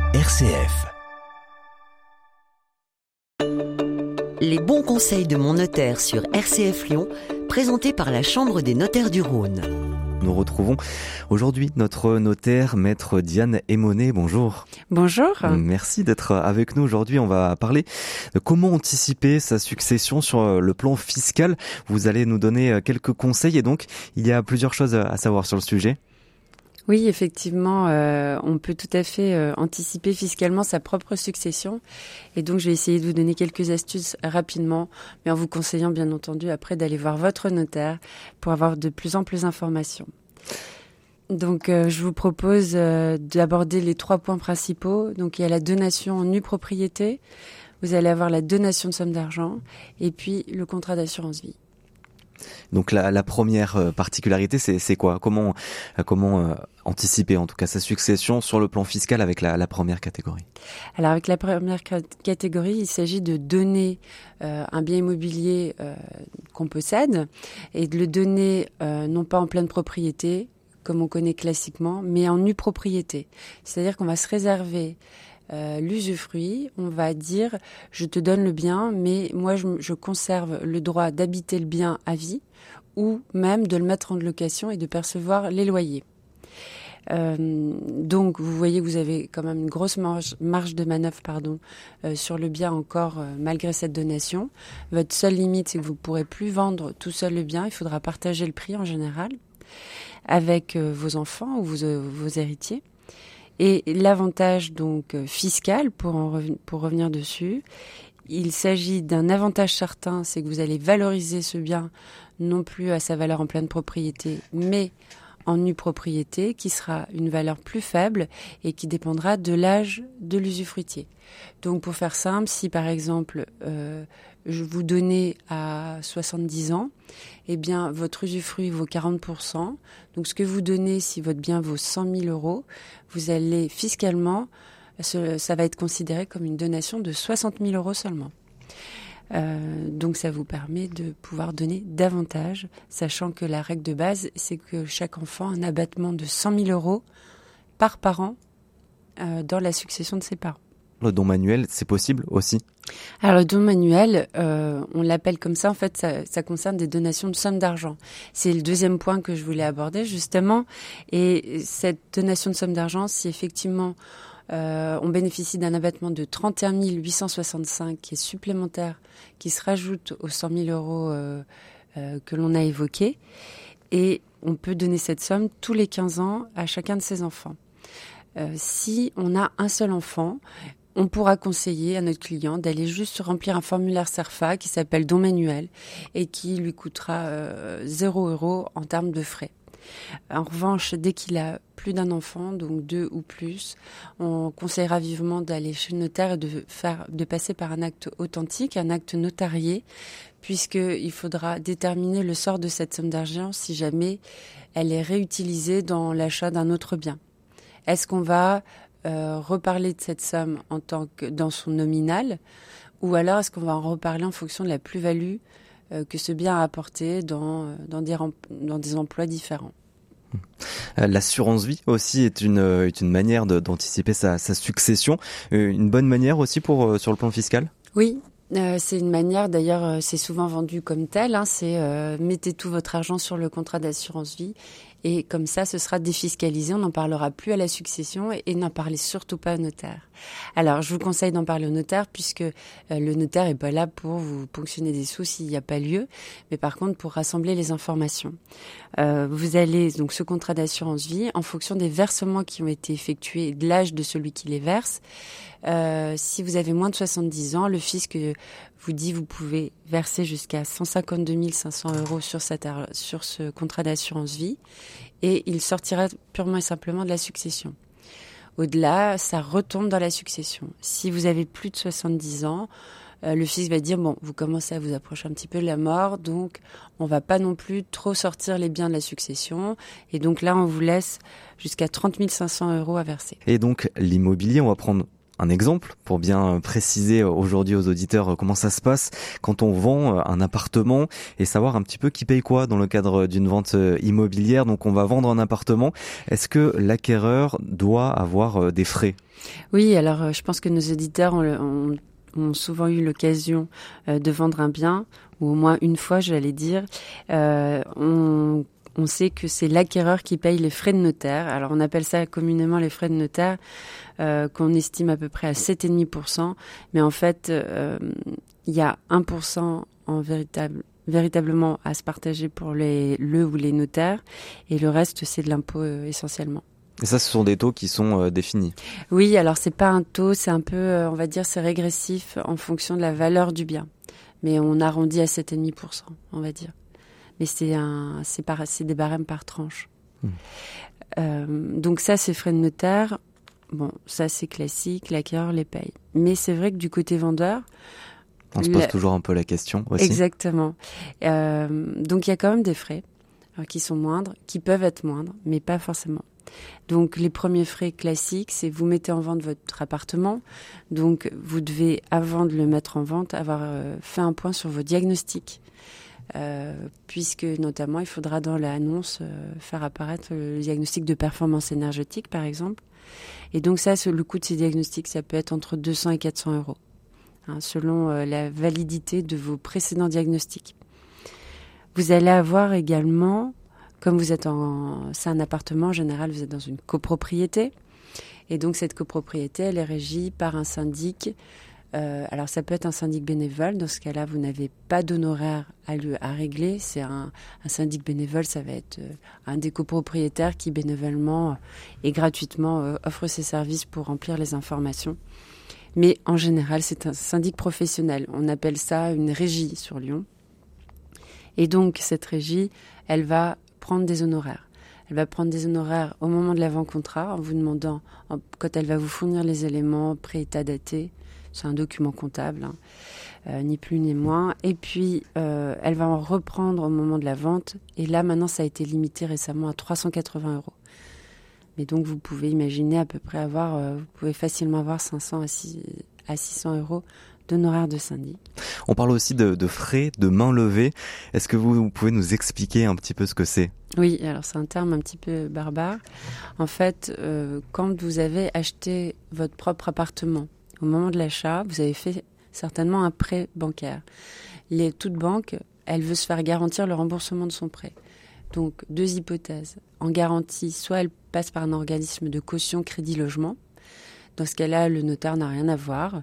RCF. Les bons conseils de mon notaire sur RCF Lyon, présentés par la Chambre des notaires du Rhône. Nous retrouvons aujourd'hui notre notaire, maître Diane Aymonet. Bonjour. Bonjour. Merci d'être avec nous aujourd'hui. On va parler de comment anticiper sa succession sur le plan fiscal. Vous allez nous donner quelques conseils et donc il y a plusieurs choses à savoir sur le sujet. Oui, effectivement, on peut tout à fait anticiper fiscalement sa propre succession. Et donc, je vais essayer de vous donner quelques astuces rapidement, mais en vous conseillant bien entendu après d'aller voir votre notaire pour avoir de plus en plus d'informations. Donc, je vous propose d'aborder les 3 points principaux. Donc, il y a la donation en nue propriété, vous allez avoir la donation de somme d'argent et puis le contrat d'assurance vie. Donc la première particularité, c'est quoi ? Comment anticiper en tout cas sa succession sur le plan fiscal avec la première catégorie ? Alors avec la première catégorie, il s'agit de donner un bien immobilier qu'on possède et de le donner non pas en pleine propriété, comme on connaît classiquement, mais en nue propriété. C'est-à-dire qu'on va se réserver l'usufruit, on va dire je te donne le bien, mais moi je conserve le droit d'habiter le bien à vie ou même de le mettre en location et de percevoir les loyers. Donc vous voyez que vous avez quand même une grosse marge de manœuvre sur le bien encore malgré cette donation. Votre seule limite, c'est que vous ne pourrez plus vendre tout seul le bien, il faudra partager le prix en général avec vos enfants ou vos héritiers. Et l'avantage donc fiscal, pour revenir dessus, il s'agit d'un avantage certain, c'est que vous allez valoriser ce bien non plus à sa valeur en pleine propriété, mais en nue propriété, qui sera une valeur plus faible et qui dépendra de l'âge de l'usufruitier. Donc pour faire simple, si par exemple je vous donnais à 70 ans, eh bien votre usufruit vaut 40%. Donc ce que vous donnez, si votre bien vaut 100 000 euros, vous allez fiscalement, ça va être considéré comme une donation de 60 000 euros seulement. Donc ça vous permet de pouvoir donner davantage, sachant que la règle de base, c'est que chaque enfant a un abattement de 100 000 euros par parent dans la succession de ses parents. Le don manuel, c'est possible aussi ? Alors le don manuel, on l'appelle comme ça, en fait ça concerne des donations de sommes d'argent. C'est le deuxième point que je voulais aborder justement. Et cette donation de somme d'argent, si effectivement on bénéficie d'un abattement de 31 865 qui est supplémentaire, qui se rajoute aux 100 000 euros que l'on a évoqués. Et on peut donner cette somme tous les 15 ans à chacun de ses enfants. Si on a un seul enfant, on pourra conseiller à notre client d'aller juste remplir un formulaire CERFA qui s'appelle don manuel et qui lui coûtera 0 € en termes de frais. En revanche, dès qu'il a plus d'un enfant, donc 2 ou plus, on conseillera vivement d'aller chez le notaire et de passer par un acte authentique, un acte notarié, puisqu'il faudra déterminer le sort de cette somme d'argent si jamais elle est réutilisée dans l'achat d'un autre bien. Est-ce qu'on va reparler de cette somme en tant que dans son nominal, ou alors est-ce qu'on va en reparler en fonction de la plus-value que ce bien a apporté dans des emplois différents. L'assurance vie aussi est une manière d'anticiper sa succession. Une bonne manière aussi sur le plan fiscal ? Oui. C'est une manière, d'ailleurs, c'est souvent vendu comme tel, c'est mettez tout votre argent sur le contrat d'assurance vie et comme ça, ce sera défiscalisé, on n'en parlera plus à la succession et n'en parlez surtout pas au notaire. Alors, je vous conseille d'en parler au notaire puisque le notaire est pas là pour vous ponctionner des sous s'il n'y a pas lieu, mais par contre pour rassembler les informations. Vous allez, donc ce contrat d'assurance vie, en fonction des versements qui ont été effectués et de l'âge de celui qui les verse, si vous avez moins de 70 ans, le fisc vous dit vous pouvez verser jusqu'à 152 500 € sur ce contrat d'assurance vie et il sortira purement et simplement de la succession. Au-delà, ça retombe dans la succession. Si vous avez plus de 70 ans, le fisc va dire bon, vous commencez à vous approcher un petit peu de la mort, donc on va pas non plus trop sortir les biens de la succession et donc là on vous laisse jusqu'à 30 500 € à verser. Et donc l'immobilier, on va prendre un exemple pour bien préciser aujourd'hui aux auditeurs comment ça se passe quand on vend un appartement et savoir un petit peu qui paye quoi dans le cadre d'une vente immobilière. Donc on va vendre un appartement. Est-ce que l'acquéreur doit avoir des frais ? Oui, alors je pense que nos auditeurs ont souvent eu l'occasion de vendre un bien, ou au moins une fois, j'allais dire. On sait que c'est l'acquéreur qui paye les frais de notaire. Alors on appelle ça communément les frais de notaire, qu'on estime à peu près à 7,5%. Mais en fait, il y a 1% en véritablement à se partager pour le ou les notaires. Et le reste, c'est de l'impôt essentiellement. Et ça, ce sont des taux qui sont définis. Oui, alors c'est pas un taux, c'est un peu, on va dire, c'est régressif en fonction de la valeur du bien. Mais on arrondit à 7,5%, on va dire. Mais c'est des barèmes par tranche. Donc ça, c'est frais de notaire. Bon, ça c'est classique, l'acquéreur les paye. Mais c'est vrai que du côté vendeur, on se pose toujours un peu la question aussi. Exactement. Donc il y a quand même des frais qui sont moindres, qui peuvent être moindres, mais pas forcément. Donc les premiers frais classiques, c'est vous mettez en vente votre appartement. Donc vous devez, avant de le mettre en vente, avoir fait un point sur vos diagnostics. Puisque notamment il faudra dans l'annonce faire apparaître le diagnostic de performance énergétique par exemple. Et donc ça, le coût de ces diagnostics, ça peut être entre 200 et 400 euros, selon la validité de vos précédents diagnostics. Vous allez avoir également, comme vous êtes c'est un appartement, en général vous êtes dans une copropriété, et donc cette copropriété, elle est régie par un syndic. Alors ça peut être un syndic bénévole. Dans ce cas-là, vous n'avez pas d'honoraires à régler. C'est un syndic bénévole, ça va être un des copropriétaires qui bénévolement et gratuitement offre ses services pour remplir les informations. Mais en général, c'est un syndic professionnel. On appelle ça une régie sur Lyon. Et donc cette régie, elle va prendre des honoraires. Elle va prendre des honoraires au moment de l'avant-contrat en vous demandant, quand elle va vous fournir les éléments pré-état datés. C'est un document comptable, ni plus ni moins. Et puis, elle va en reprendre au moment de la vente. Et là, maintenant, ça a été limité récemment à 380 euros. Mais donc, vous pouvez imaginer à peu près vous pouvez facilement avoir 500 à 600 euros d'honoraires de syndic. On parle aussi de frais de main levée. Est-ce que vous pouvez nous expliquer un petit peu ce que c'est ? Oui, alors c'est un terme un petit peu barbare. En fait, quand vous avez acheté votre propre appartement, au moment de l'achat, vous avez fait certainement un prêt bancaire. Toute banque, elle veut se faire garantir le remboursement de son prêt. Donc, deux hypothèses. En garantie, soit elle passe par un organisme de caution crédit logement. Dans ce cas-là, le notaire n'a rien à voir.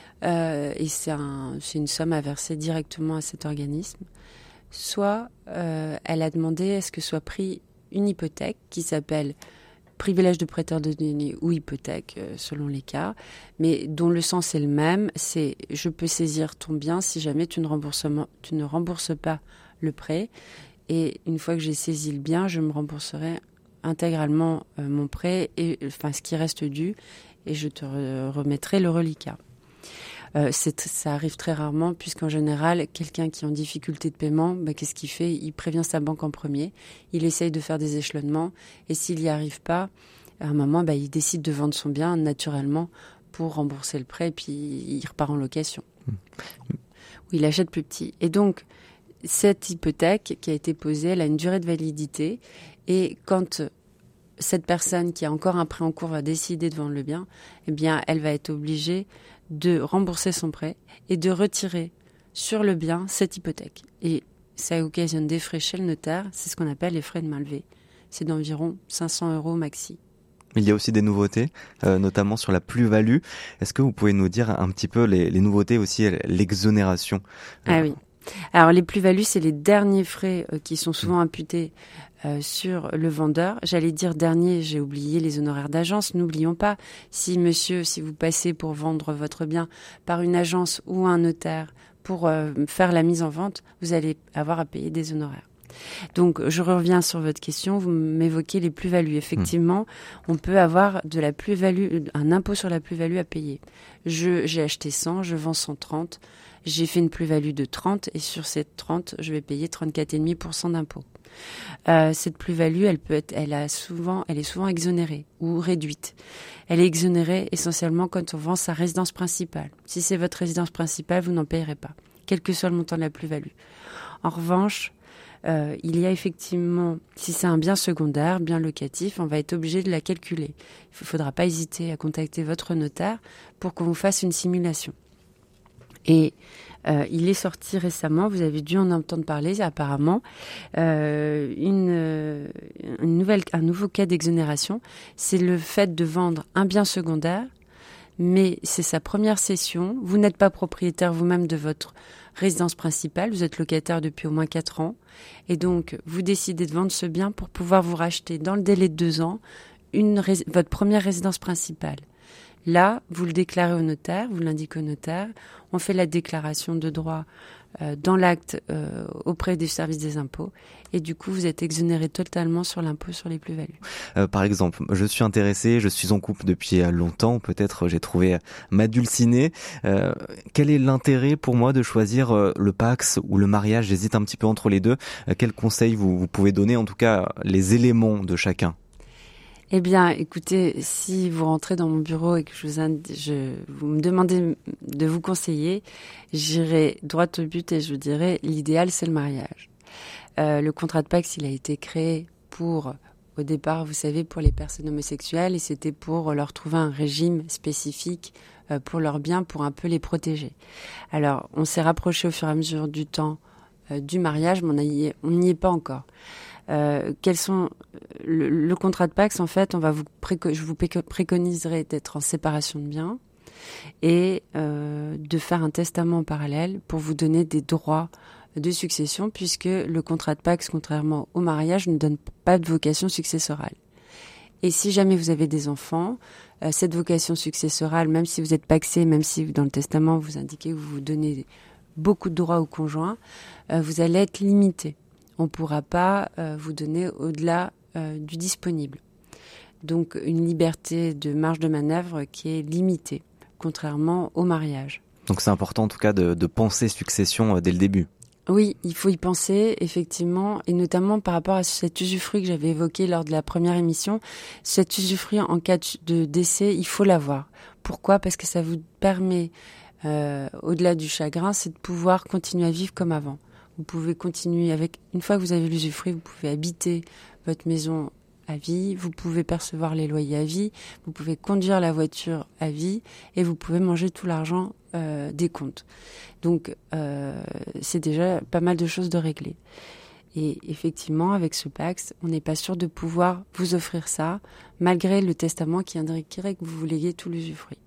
Et c'est une somme à verser directement à cet organisme. Soit elle a demandé à ce que soit pris une hypothèque qui s'appelle privilège de prêteur de données ou hypothèque, selon les cas, mais dont le sens est le même, c'est je peux saisir ton bien si jamais tu ne rembourses pas le prêt, et une fois que j'ai saisi le bien, je me rembourserai intégralement mon prêt, ce qui reste dû, et je te remettrai le reliquat. Ça arrive très rarement, puisqu'en général, quelqu'un qui est en difficulté de paiement, qu'est-ce qu'il fait ? Il prévient sa banque en premier, il essaye de faire des échelonnements, et s'il n'y arrive pas, à un moment, il décide de vendre son bien naturellement pour rembourser le prêt, et puis il repart en location. Ou il achète plus petit. Et donc, cette hypothèque qui a été posée, elle a une durée de validité, et quand cette personne qui a encore un prêt en cours va décider de vendre le bien, eh bien, elle va être obligée de rembourser son prêt et de retirer sur le bien cette hypothèque. Et ça occasionne des frais chez le notaire, c'est ce qu'on appelle les frais de main levée. C'est d'environ 500 euros maxi. Il y a aussi des nouveautés, notamment sur la plus-value. Est-ce que vous pouvez nous dire un petit peu les nouveautés aussi, l'exonération ? Ah oui. Alors les plus-values, c'est les derniers frais qui sont souvent imputés sur le vendeur. J'allais dire dernier, j'ai oublié les honoraires d'agence. N'oublions pas, si vous passez pour vendre votre bien par une agence ou un notaire pour faire la mise en vente, vous allez avoir à payer des honoraires. Donc, je reviens sur votre question. Vous m'évoquez les plus-values. Effectivement, on peut avoir de la plus-value, un impôt sur la plus-value à payer. J'ai acheté 100, je vends 130. J'ai fait une plus-value de 30 et sur cette 30, je vais payer 34,5% d'impôt. Cette plus-value, elle est souvent exonérée ou réduite. Elle est exonérée essentiellement quand on vend sa résidence principale. Si c'est votre résidence principale, vous n'en payerez pas, quel que soit le montant de la plus-value. En revanche, il y a effectivement, si c'est un bien secondaire, bien locatif, on va être obligé de la calculer. Il ne faudra pas hésiter à contacter votre notaire pour qu'on vous fasse une simulation. Et il est sorti récemment, vous avez dû en entendre parler apparemment, un nouveau cas d'exonération. C'est le fait de vendre un bien secondaire, mais c'est sa première cession. Vous n'êtes pas propriétaire vous-même de votre résidence principale, vous êtes locataire depuis au moins 4 ans. Et donc, vous décidez de vendre ce bien pour pouvoir vous racheter dans le délai de 2 ans votre première résidence principale. Là, vous le déclarez au notaire, vous l'indiquez au notaire. On fait la déclaration de droit dans l'acte auprès du service des impôts. Et du coup, vous êtes exonéré totalement sur l'impôt sur les plus-values. Par exemple, je suis intéressé, je suis en couple depuis longtemps, peut-être j'ai trouvé ma dulcinée. Quel est l'intérêt pour moi de choisir le Pacs ou le mariage? J'hésite un petit peu entre les deux. Quels conseils vous pouvez donner, en tout cas les éléments de chacun? Eh bien, écoutez, si vous rentrez dans mon bureau et que vous me demandez de vous conseiller, j'irai droit au but et je vous dirai l'idéal, c'est le mariage. Le contrat de Pacs, il a été créé au départ, vous savez, pour les personnes homosexuelles et c'était pour leur trouver un régime spécifique pour leurs biens, pour un peu les protéger. Alors, on s'est rapproché au fur et à mesure du temps du mariage, mais on n'y est pas encore. Le contrat de Pacs, en fait, je vous préconiserai d'être en séparation de biens et de faire un testament en parallèle pour vous donner des droits de succession, puisque le contrat de Pacs, contrairement au mariage, ne donne pas de vocation successorale. Et si jamais vous avez des enfants, cette vocation successorale, même si vous êtes pacsé, même si dans le testament vous indiquez que vous donnez beaucoup de droits au conjoint, vous allez être limité. On ne pourra pas vous donner au-delà du disponible. Donc une liberté de marge de manœuvre qui est limitée, contrairement au mariage. Donc c'est important en tout cas de penser succession dès le début. Oui, il faut y penser, effectivement, et notamment par rapport à cet usufruit que j'avais évoqué lors de la première émission. Cet usufruit en cas de décès, il faut l'avoir. Pourquoi ? Parce que ça vous permet, au-delà du chagrin, c'est de pouvoir continuer à vivre comme avant. Vous pouvez continuer une fois que vous avez l'usufruit, vous pouvez habiter votre maison à vie, vous pouvez percevoir les loyers à vie, vous pouvez conduire la voiture à vie et vous pouvez manger tout l'argent des comptes. Donc, c'est déjà pas mal de choses de régler. Et effectivement, avec ce Pacs, on n'est pas sûr de pouvoir vous offrir ça, malgré le testament qui indiquerait que vous léguez tout l'usufruit.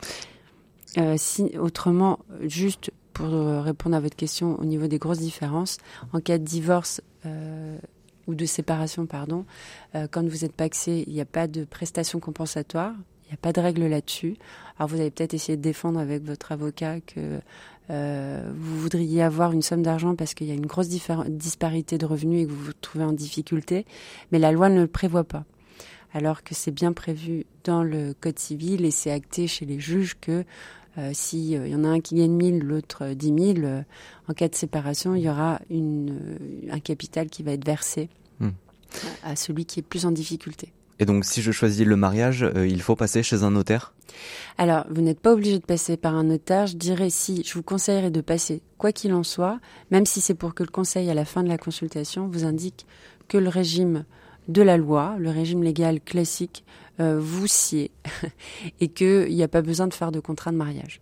Autrement, juste pour répondre à votre question au niveau des grosses différences, en cas de divorce ou de séparation, quand vous êtes pacsé, il n'y a pas de prestation compensatoire, il n'y a pas de règle là-dessus. Alors vous allez peut-être essayer de défendre avec votre avocat que vous voudriez avoir une somme d'argent parce qu'il y a une grosse disparité de revenus et que vous vous trouvez en difficulté, mais la loi ne le prévoit pas. Alors que c'est bien prévu dans le Code civil et c'est acté chez les juges que si y en a un qui gagne 1000, l'autre 10 000, en cas de séparation, il y aura un capital qui va être versé à celui qui est plus en difficulté. Et donc, si je choisis le mariage, il faut passer chez un notaire ? Alors, vous n'êtes pas obligé de passer par un notaire. Je vous conseillerais de passer, quoi qu'il en soit, même si c'est pour que le conseil, à la fin de la consultation, vous indique que le régime de la loi, le régime légal classique, vous sied et qu'il n'y a pas besoin de faire de contrat de mariage.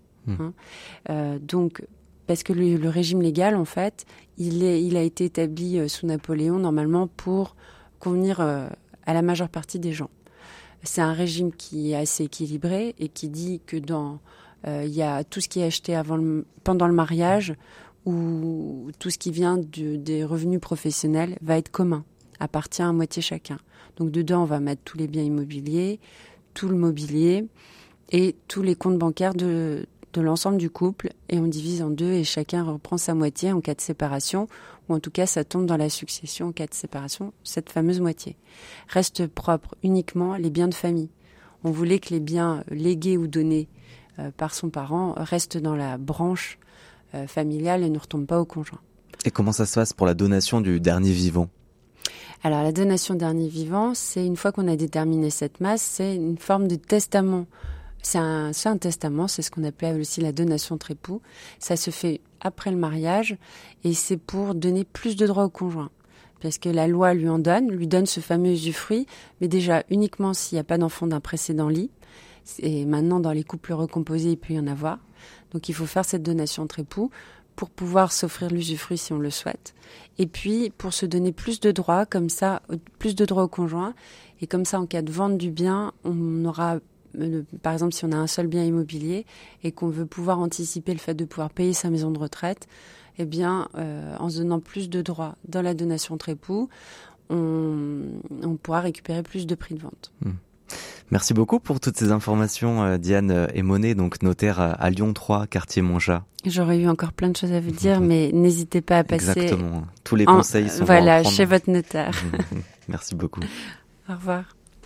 Donc, parce que le régime légal, en fait, il a été établi sous Napoléon, normalement, pour convenir à la majeure partie des gens. C'est un régime qui est assez équilibré et qui dit que il y a tout ce qui est acheté pendant le mariage ou tout ce qui vient des revenus professionnels va être commun, appartient à moitié chacun. Donc dedans, on va mettre tous les biens immobiliers, tout le mobilier et tous les comptes bancaires de de l'ensemble du couple et on divise en deux et chacun reprend sa moitié en cas de séparation, ou en tout cas ça tombe dans la succession en cas de séparation, cette fameuse moitié. Reste propre uniquement les biens de famille. On voulait que les biens légués ou donnés par son parent restent dans la branche familiale et ne retombent pas au conjoint. Et comment ça se passe pour la donation du dernier vivant ? Alors la donation dernier vivant, c'est une fois qu'on a déterminé cette masse, c'est une forme de testament. C'est un testament, c'est ce qu'on appelle aussi la donation entre époux. Ça se fait après le mariage et c'est pour donner plus de droits au conjoint. Parce que la loi lui donne ce fameux usufruit, mais déjà uniquement s'il n'y a pas d'enfant d'un précédent lit. Et maintenant, dans les couples recomposés, il peut y en avoir. Donc il faut faire cette donation entre époux pour pouvoir s'offrir l'usufruit si on le souhaite. Et puis, pour se donner plus de droits, comme ça, plus de droits au conjoint. Et comme ça, en cas de vente du bien, on aura, par exemple, si on a un seul bien immobilier et qu'on veut pouvoir anticiper le fait de pouvoir payer sa maison de retraite, eh bien, en se donnant plus de droits dans la donation entre époux, on pourra récupérer plus de prix de vente. Merci beaucoup pour toutes ces informations, Diane Emonet, donc notaire à Lyon 3, quartier Montchat. J'aurais eu encore plein de choses à vous dire, mais n'hésitez pas à passer. Exactement. Tous les conseils sont voilà, chez votre notaire. Merci beaucoup. Au revoir.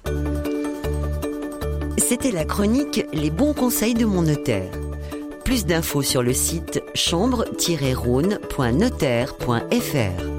C'était la chronique Les bons conseils de mon notaire. Plus d'infos sur le site chambre-rhône.notaire.fr.